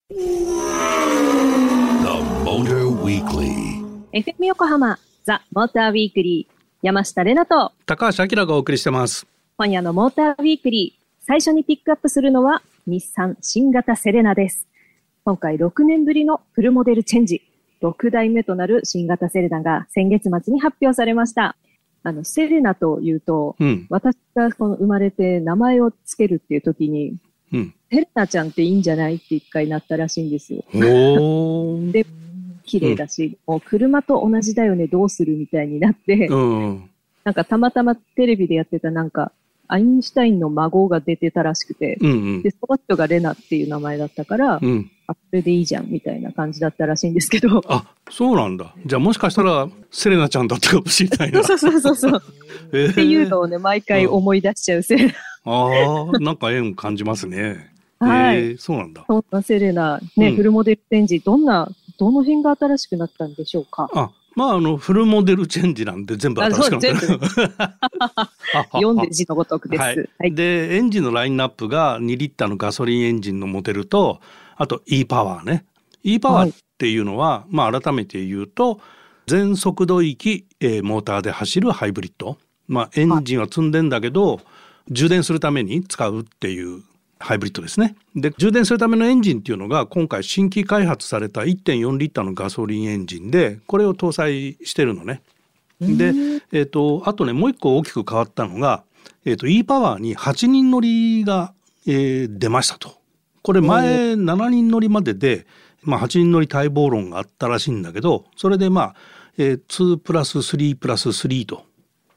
Motor Weekly FM 横浜ザ・モーターウィークリー、山下れなと高橋明がお送りしてます。 今夜のモーターウィークリー、最初にピックアップするのは日産新型セレナです。今回6年ぶりのフルモデルチェンジ、6代目となる新型セレナが先月末に発表されました。セレナというと、私がこの生まれて名前をつけるっていう時に、セレナちゃんっていいんじゃないって一回なったらしいんですよ。で、綺麗だし、もう車と同じだよね、どうするみたいになって、なんかたまたまテレビでやってたアインシュタインの孫が出てたらしくて、で、その人がレナっていう名前だったから、それでいいじゃんみたいな感じだったらしいんですけど。 あ、そうなんだ。じゃあもしかしたらセレナちゃんだったかもしれないな。 そう。っていうのをね、毎回思い出しちゃうセレナ。 なんか縁を感じますね。 はい。 そうなんだ。 そんなセレナ、ね、フルモデルチェンジ、どの辺が新しくなったんでしょうか。 フルモデルチェンジなんで全部新しくなってる。 読んで字のごとくです。 で、エンジンのラインナップが2リッターのガソリンエンジンのモデルと、あと e パワーね。e パワーっていうのは、改めて言うと、全速度域、モーターで走るハイブリッド。エンジンは積んでんだけど、充電するために使うっていうハイブリッドですね。で、充電するためのエンジンっていうのが今回新規開発された 1.4 リッターのガソリンエンジンで、これを搭載してるのね。で、あとね、もう一個大きく変わったのが、e パワーに8人乗りが、出ましたと。これ前7人乗りまでで、8人乗り待望論があったらしいんだけど、それで2プラス3プラス3と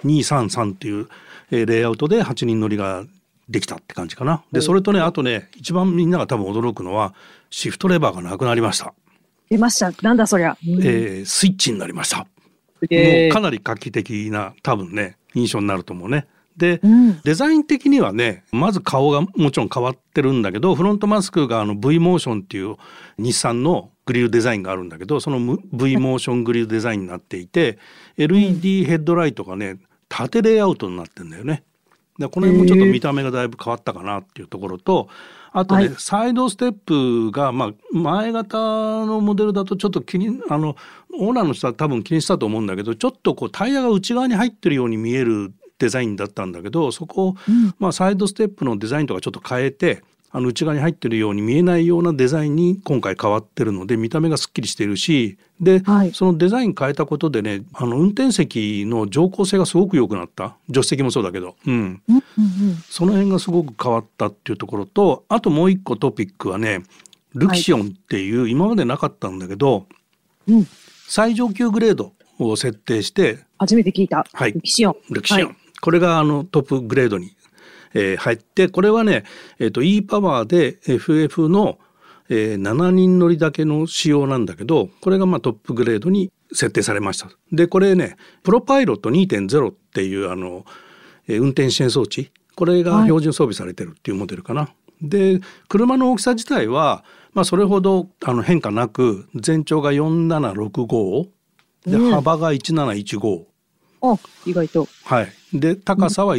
233っていう、レイアウトで8人乗りができたって感じかな。で、それとね、あとね、一番みんなが多分驚くのはシフトレバーがなくなりました。 出ました。なんだそりゃ。 スイッチになりました。もうかなり画期的な多分ね印象になると思うね。で、デザイン的にはね、まず顔がもちろん変わってるんだけど、フロントマスクがV モーションっていう日産のグリルデザインがあるんだけど、その V モーショングリルデザインになっていて、LED ヘッドライトがね縦レイアウトになってんだよね。で、この辺もちょっと見た目がだいぶ変わったかなっていうところと、あとね、サイドステップが、前型のモデルだとちょっとオーナーの人は多分気にしたと思うんだけど、ちょっとタイヤが内側に入ってるように見えるデザインだったんだけど、そこを、サイドステップのデザインとかちょっと変えて、内側に入ってるように見えないようなデザインに今回変わってるので、見た目がすっきりしているし、で、そのデザイン変えたことでね、運転席の乗降性がすごく良くなった。助手席もそうだけど、その辺がすごく変わったっていうところと、あともう一個トピックはね、ルキシオンっていう今までなかったんだけど、最上級グレードを設定して、 初めて聞いた。ルキシオン。 これがトップグレードに入って、これはね、e パワーで FF の、7人乗りだけの仕様なんだけど、これがトップグレードに設定されました。で、これね、プロパイロット 2.0 っていう運転支援装置、これが標準装備されてるっていうモデルかな。で、車の大きさ自体は、それほど変化なく、全長が4765で、幅が1715。 意外と。 で、高さは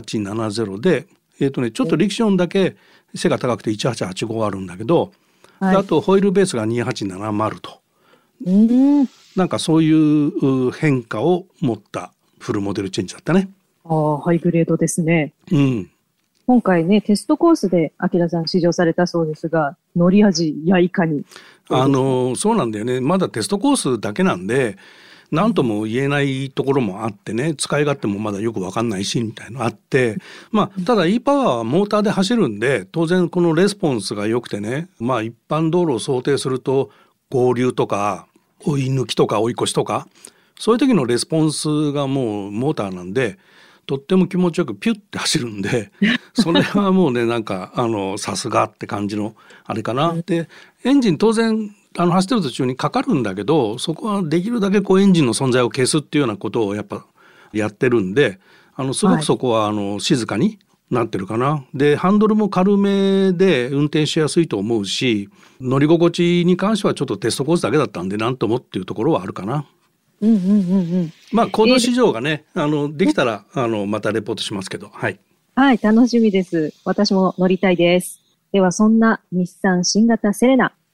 1870で、ちょっとリキシオンだけ背が高くて1885あるんだけど、あとホイールベースが2870と、なんかそういう変化を持ったフルモデルチェンジだったね。 ハイグレードですね。今回ね、テストコースで明さん試乗されたそうですが、乗り味やいかに。 そうなんだよね。まだテストコースだけなんで、何とも言えないところもあってね、使い勝手もまだよく分かんないしみたいなのあって、ただ e パワーはモーターで走るんで、当然このレスポンスが良くてね、一般道路を想定すると合流とか追い抜きとか追い越しとか、そういう時のレスポンスがもうモーターなんで、とっても気持ちよくピュッて走るんで、それはもうね、なんかさすがって感じのあれかな。で、エンジン当然走ってる途中にかかるんだけど、そこはできるだけエンジンの存在を消すっていうようなことをやっぱやってるんで、すごくそこは静かになってるかな。で、ハンドルも軽めで運転しやすいと思うし、乗り心地に関してはちょっとテストコースだけだったんでなんともっていうところはあるかな。コード試乗がね、できたらまたレポートしますけど、 楽しみです。私も乗りたいです。ではそんな日産新型セレナ、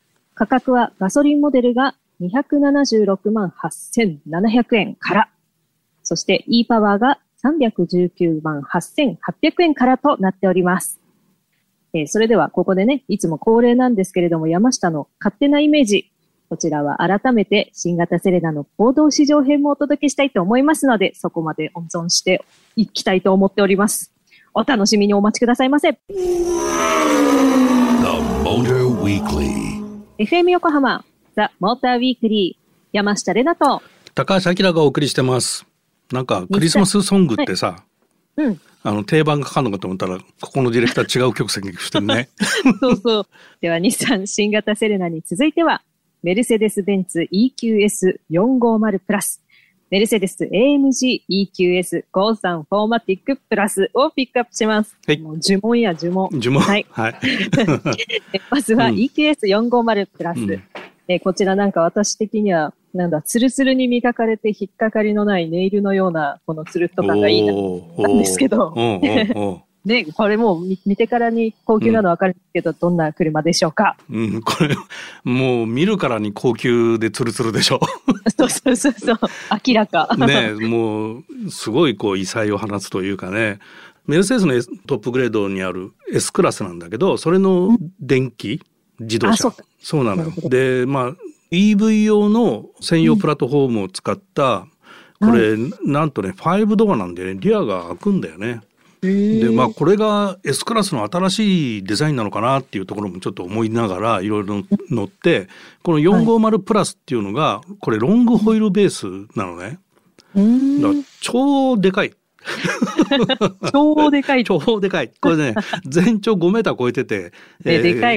価格はガソリンモデルが276万8700円から、そして e パワーが319万8800円からとなっております。それではここでね、いつも恒例なんですけれども、山下の勝手なイメージ、こちらは改めて新型セレナの行動市場編もお届けしたいと思いますので、そこまで温存していきたいと思っております。お楽しみにお待ちくださいませ。FM 横浜ザ・モーターウィークリー、山下れなと高橋明がお送りしてます。なんかクリスマスソングってさ、はい、定番がかかるのかと思ったら、ここのディレクター違う曲選曲してるね。 そうそう。では日産新型セレナに続いては、メルセデス・ベンツ EQS450 プラス、メルセデス AMG EQS53 フォーマティックプラスをピックアップします。はい、もう呪文や呪文。 呪文。 はい。はい、まずは EQS450 プラス。こちらなんか私的には、ツルツルに磨かれて引っかかりのないネイルのような、このツルッと感がいいなんですけど。ね、これもう見てからに高級なの分かるんですけど、どんな車でしょうか。 これ、もう見るからに高級でツルツルでしょ。 そう。明らか。 ね、もう、すごい異彩を放つというかね。メルセデスのトップグレードにある S クラスなんだけど、それの電気自動車。そうなのよ。で、EV 用の専用プラットフォームを使った、これ、なんとね、5ドアなんでね、リアが開くんだよね。で、これが S クラスの新しいデザインなのかなっていうところもちょっと思いながらいろいろ乗って、この450プラスっていうのが、これロングホイールベースなのね。だから超でかい。 超でかい。 超でかい。これね、全長5メーター超えてて、 でかい。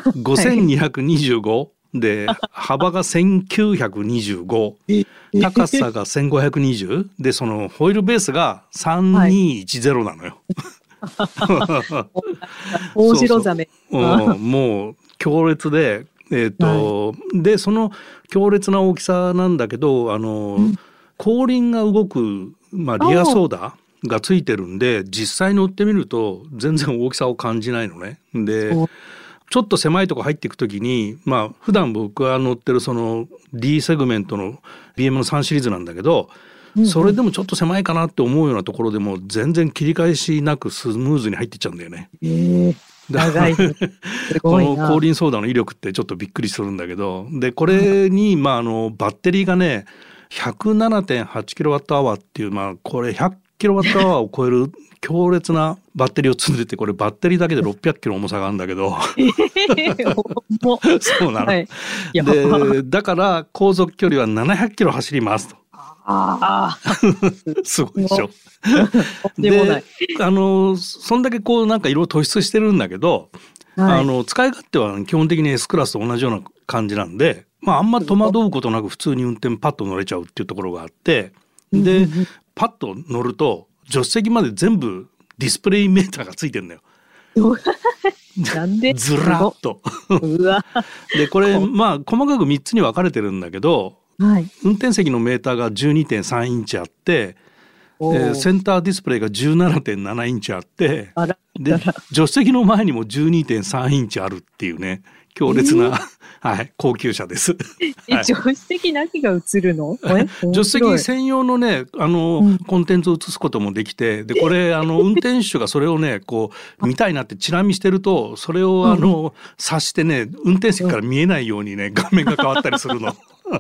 5225。で、幅が1925、高さが1520で、そのホイールベースが3210なのよ。 大白ザメ。 もう強烈で、で、その強烈な大きさなんだけど、後輪が動く、リアソーダがついてるんで、実際乗ってみると全然大きさを感じないのね。で、ちょっと狭いとこ入っていくときに、普段僕が乗ってるその D セグメントの BM の3シリーズなんだけど、それでもちょっと狭いかなって思うようなところでも全然切り返しなくスムーズに入っていっちゃうんだよね。 長い。 この後輪ソーダの威力ってちょっとびっくりするんだけど、でこれにバッテリーがね 107.8kWh っていう、これ 100kWh を超える強烈なバッテリーを積んでて、これバッテリーだけで600キロ重さがあるんだけどそうなの、はい、でだから航続距離は700キロ走りますと。すごいでしょ。でそんだけなんかいろいろ突出してるんだけど、はい、使い勝手は基本的に S クラスと同じような感じなんで、あんま戸惑うことなく普通に運転パッと乗れちゃうっていうところがあって、でパッと乗ると助手席まで全部ディスプレイメーターがついてるんだよ。 なんでずらっとでこれ細かく3つに分かれてるんだけど、はい、運転席のメーターが 12.3 インチあって、センターディスプレイが 17.7 インチあって、で助手席の前にも 12.3 インチあるっていうね、強烈な、はい、高級車です。 助手席何が映るの？ 助手席専用のね、コンテンツを映すこともできて、でこれ運転手がそれをね見たいなってチラ見してると、それを察してね、運転席から見えないようにね画面が変わったりするの。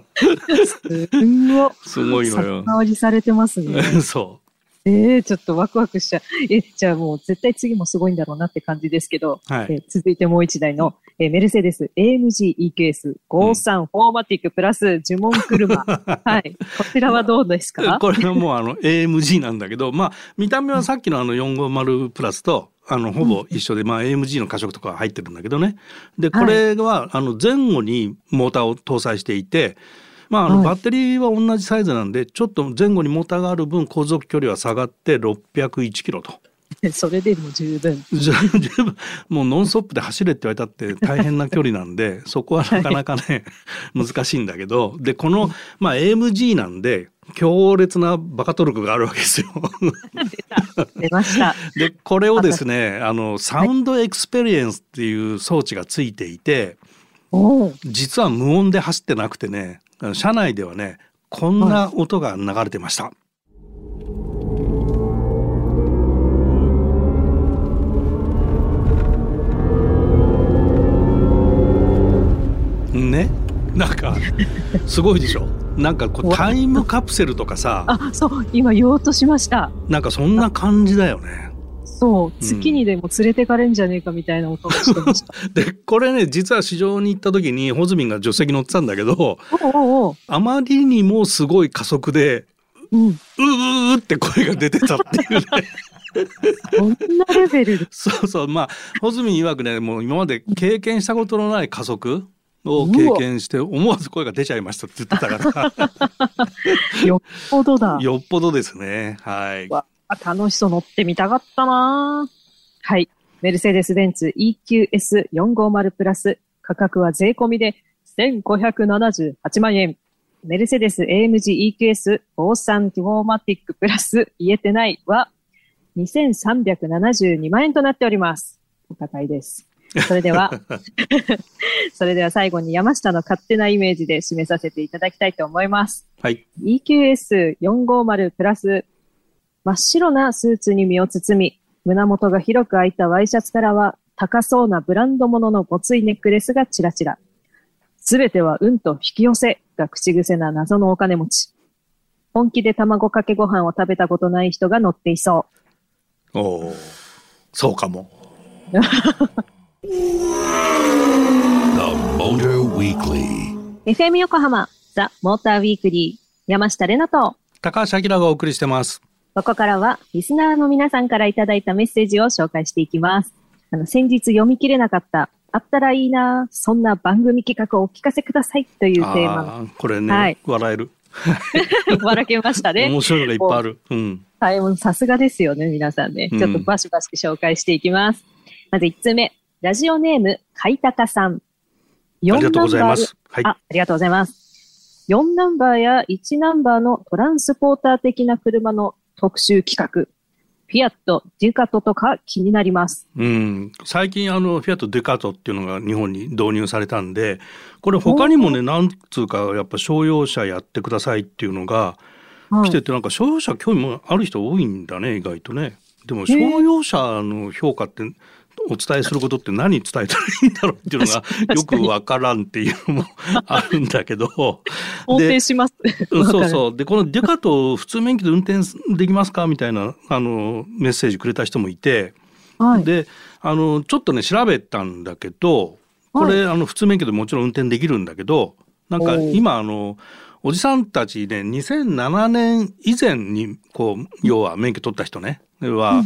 すごいのよ。 先回りされてますね。 そう。 ちょっとワクワクしちゃう。じゃあもう絶対次もすごいんだろうなって感じですけど、はい、続いてもう一台の、メルセデス AMG EQS53 フォーマティックプラス呪文車。はい。こちらはどうですか？ これはもうAMG なんだけど、見た目はさっきの450プラスとほぼ一緒で、AMG の加速とか入ってるんだけどね。で、これは前後にモーターを搭載していて、バッテリーは同じサイズなんで、ちょっと前後にモーターがある分航続距離は下がって601キロと。 それでも十分。 十分。もうノンストップで走れって言われたって大変な距離なんでそこはなかなかね難しいんだけど、でこの、AMG なんで強烈なバカトルクがあるわけですよ。 出ました。 でこれをですねサウンドエクスペリエンスっていう装置がついていて、 実は無音で走ってなくてね、車内ではねこんな音が流れてました、ね、なんかすごいでしょ。なんかこうタイムカプセルとかさ、 そう今言おうとしました。 なんかそんな感じだよね。 そう月にでも連れてかれんじゃねえかみたいな音がしてました。 でこれね実は市場に行った時にホズミンが助手席乗ってたんだけど、あまりにもすごい加速で、うーって声が出てたっていうね。 そんなレベルで。 そうまあホズミン曰くね、もう今まで経験したことのない加速を経験して思わず声が出ちゃいましたって言ってたからよっぽどだ。 よっぽどですね。はい。 楽しそう、乗ってみたかったな。はい。メルセデス・ベンツ EQS450 プラス。価格は税込みで1578万円。メルセデス AMG EQS53 マティックプラス言えてないは2372万円となっております。お高いです。それでは最後に山下の勝手なイメージで締めさせていただきたいと思います。 はい。 EQS450 プラス真っ白なスーツに身を包み、胸元が広く開いたワイシャツからは高そうなブランド物のごついネックレスがちらちら。すべては運と引き寄せが口癖な謎のお金持ち。本気で卵かけご飯を食べたことない人が乗っていそう。 そうかも。 The Motor Weekly FM 横浜ザ・モーターウィークリー山下れなと高橋明がお送りしてます。 ここからはリスナーの皆さんからいただいたメッセージを紹介していきます。先日読み切れなかったあったらいいなそんな番組企画をお聞かせくださいというテーマ。 これね、はい、笑える。 笑けましたね。 面白いのがいっぱいある。 はい、もうさすがですよね皆さんね。ちょっとバシバシ紹介していきます。まず1つ目。ラジオネーム、海高さん。 ありがとうございます。 はい。ありがとうございます。4ナンバーや1ナンバーのトランスポーター的な車の特集企画。フィアット、デュカトとか気になります。 最近フィアット、デュカトっていうのが日本に導入されたんで、これ他にもね、なんつうかやっぱ商用車やってくださいっていうのが来てて、なんか商用車興味もある人多いんだね、意外とね。でも商用車の評価ってお伝えすることって何伝えたらいいんだろうっていうのがよくわからんっていうのもあるんだけど肯定しますそうでこのデュカト普通免許で運転できますかみたいなメッセージくれた人もいて、はい、でちょっとね調べたんだけどこれ、はい、普通免許でもちろん運転できるんだけどなんか今おじさんたちね2007年以前にこう要は免許取った人ねは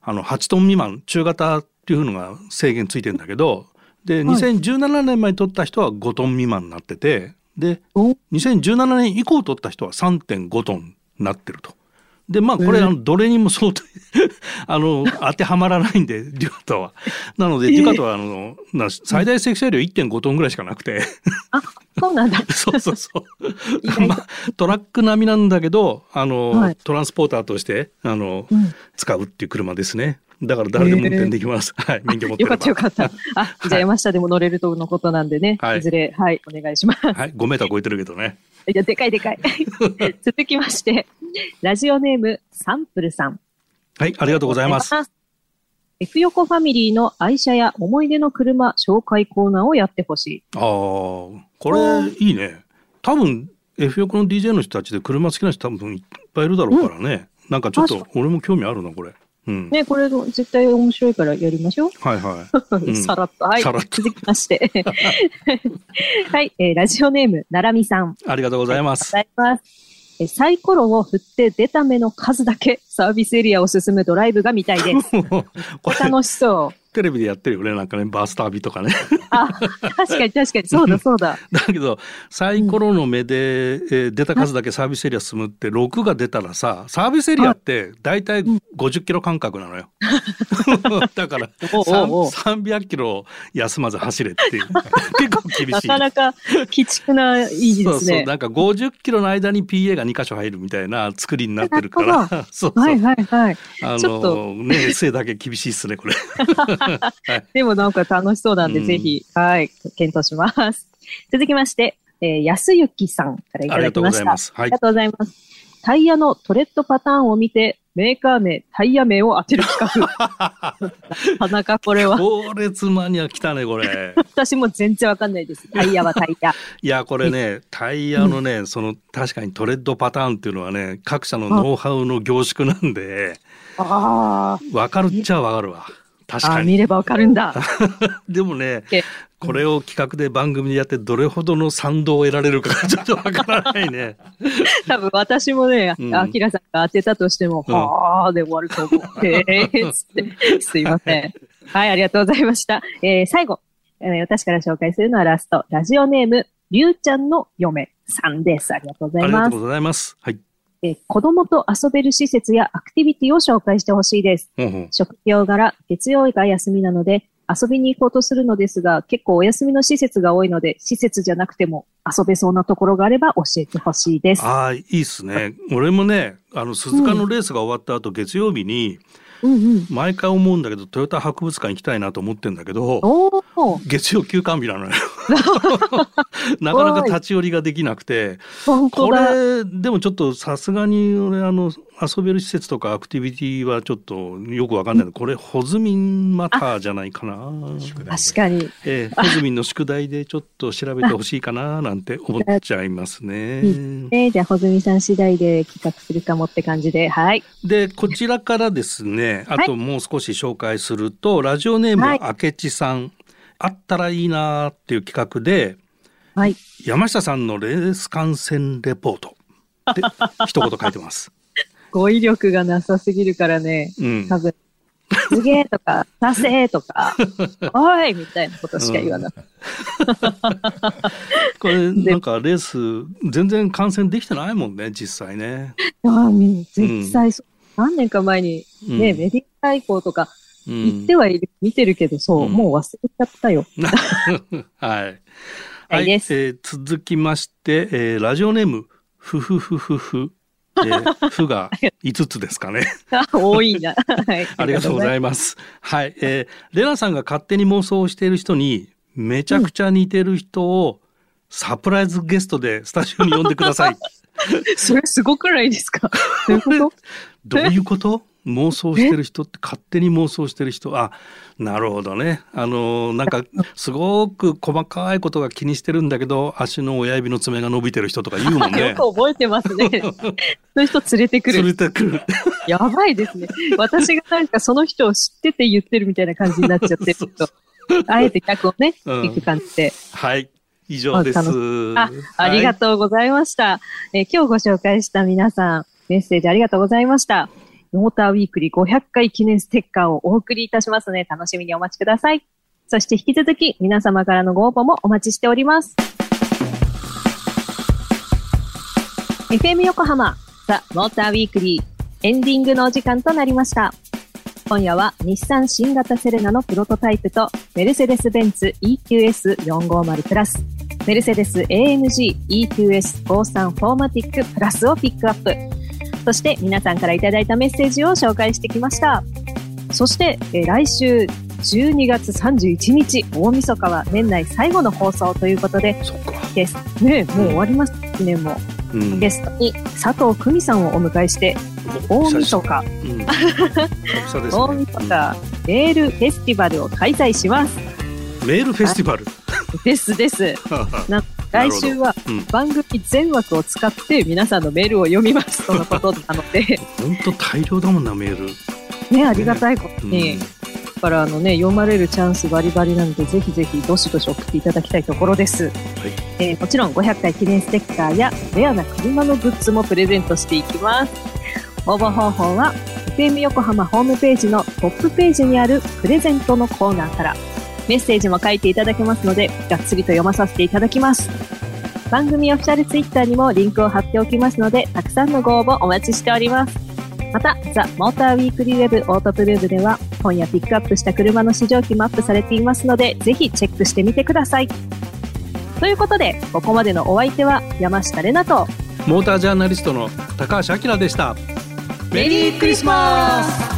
8トン未満中型っていうのが制限ついてるんだけどで2017年前に取った人は5トン未満になっててで2017年以降取った人は 3.5 トンになってると。でまあこれどれにもそう当てはまらないんでデュカトはなのでデュカトは最大積載量 1.5 トンぐらいしかなくてそうなんだそうまあトラック並みなんだけどはい、トランスポーターとして使うっていう車ですね。だから誰でも運転できます。はい、免許持ってれば。 よかった。じゃあ山下でも乗れるとのことなんでね。はい、いずれはいお願いします。 はい、5メーター超えてるけどね。 いやでかい。続きましてラジオネームサンプルさん。 はい、ありがとうございます。 F 横ファミリーの愛車や思い出の車紹介コーナーをやってほしい。 これいいね。多分 F 横の DJ の人たちで車好きな人多分いっぱいいるだろうからね。なんかちょっと俺も興味あるなこれ。 ね、これ絶対面白いからやりましょう。 はいはい。 さらっと。はい。 さらっと続きまして。はい、ラジオネーム、ならみさん。 ありがとうございます。 ありがとうございます。サイコロを振って出た目の数だけサービスエリアを進むドライブが見たいです。楽しそう。 テレビでやってるよねなんかねバス旅とかね確かにそうだだけどサイコロの目で、出た数だけサービスエリア進むって6が出たらさサービスエリアってだいたい50キロ間隔なのよだから300キロ休まず走れっていう結構厳しいなかなか鬼畜ないいですね。 そうなんか50キロの間に PA が2箇所入るみたいな作りになってるからそうはいちょっとね性だけ厳しいっすねこれでもなんか楽しそうなんで、ぜひ、はい、検討します。続きまして、安幸さんからいただきました。ありがとうございます。タイヤのトレッドパターンを見て、メーカー名、タイヤ名を当てる企画。なかなかこれは。 強烈マニア来たね、これ。 私も全然わかんないです。タイヤはタイヤ。 いや、これね、タイヤのね、確かにトレッドパターンっていうのはね、各社のノウハウの凝縮なんで、わかるっちゃわかるわ。確かに。 見ればわかるんだ。 でもね、これを企画で番組でやってどれほどの賛同を得られるかちょっとわからないね。 多分私もね、アキラさんが当てたとしても、はーで終わると思って、つって、すいません。はい、ありがとうございました。最後、私から紹介するのはラスト、ラジオネーム、りゅうちゃんの嫁さんです。ありがとうございます。 ありがとうございます。はい。 子供と遊べる施設やアクティビティを紹介してほしいです。職業柄、月曜が休みなので、遊びに行こうとするのですが、結構お休みの施設が多いので、施設じゃなくても遊べそうなところがあれば教えてほしいです。 いいっすね。俺もね、鈴鹿のレースが終わった後、月曜日に、毎回思うんだけど、トヨタ博物館行きたいなと思ってんだけど、月曜休館日なのよ。なかなか立ち寄りができなくて、これでもちょっとさすがに俺遊べる施設とかアクティビティはちょっとよくわかんないの。これホズミンマターじゃないかな。 確かに。 ホズミンの宿題でちょっと調べてほしいかななんて思っちゃいますね。 じゃあホズミさん次第で企画するかもって感じで、はい。 でこちらからですね、あともう少し紹介すると、ラジオネーム明智さん、あったらいいなっていう企画で、山下さんのレース観戦レポートって一言書いてます。 語彙力がなさすぎるからね、多分すげえとかさせとかおいみたいなことしか言わない。 これなんかレース全然観戦できてないもんね、実際ね。 実際何年か前にね、メディア対抗とか言ってはいる、見てるけど、もう忘れちゃったよ。 はい。はい、続きまして、ラジオネームふふふふふ。ふが5つですかね。 多いな。 ありがとうございます。はい。レナさんが勝手に妄想をしている人にめちゃくちゃ似てる人をサプライズゲストでスタジオに呼んでください。 それすごくないですか？ どういうこと？妄想してる人って勝手に妄想してる人、なるほどね。なんかすごく細かいことが気にしてるんだけど足の親指の爪が伸びてる人とか言うもんね。 よく覚えてますね。そういう人連れてくる。やばいですね。私がなんかその人を知ってて言ってるみたいな感じになっちゃってるとあえて客をね、行く感じで。 はい。以上です。 ありがとうございました。今日ご紹介した皆さん、メッセージありがとうございました。モーターウィークリー500回記念ステッカーをお送りいたしますので、楽しみにお待ちください。そして引き続き皆様からのご応募もお待ちしております。FM 横浜ザ・モーターウィークリーエンディングのお時間となりました。今夜は日産新型セレナのプロトタイプとメルセデスベンツ EQS450 プラス、メルセデス AMG EQS53 フォーマティックプラスをピックアップ。そして皆さんからいただいたメッセージを紹介してきました。そして、来週12月31日大晦日は年内最後の放送ということで、ゲストね、もう終わります。1年も、ゲストに佐藤久美さんをお迎えして大晦日、大晦日メールフェスティバルを開催します。 メールフェスティバルです来週は番組全枠を使って皆さんのメールを読みますとのことなので本当大量だもんな、メールね、ありがたいことに、だから読まれるチャンスバリバリなので、ぜひぜひどしどし送っていただきたいところです。もちろん500回記念ステッカーやレアな車のグッズもプレゼントしていきます。応募方法は FM 横浜ホームページのトップページにあるプレゼントのコーナーから、メッセージも書いていただけますので、がっつりと読まさせていただきます。番組オフィシャルツイッターにもリンクを貼っておきますので、たくさんのご応募お待ちしております。また、ザ・モーターウィークリーウェブオートプルーブでは、今夜ピックアップした車の試乗機もアップされていますので、ぜひチェックしてみてください。ということで、ここまでのお相手は山下れなと、 モータージャーナリストの高橋明でした。 メリークリスマス。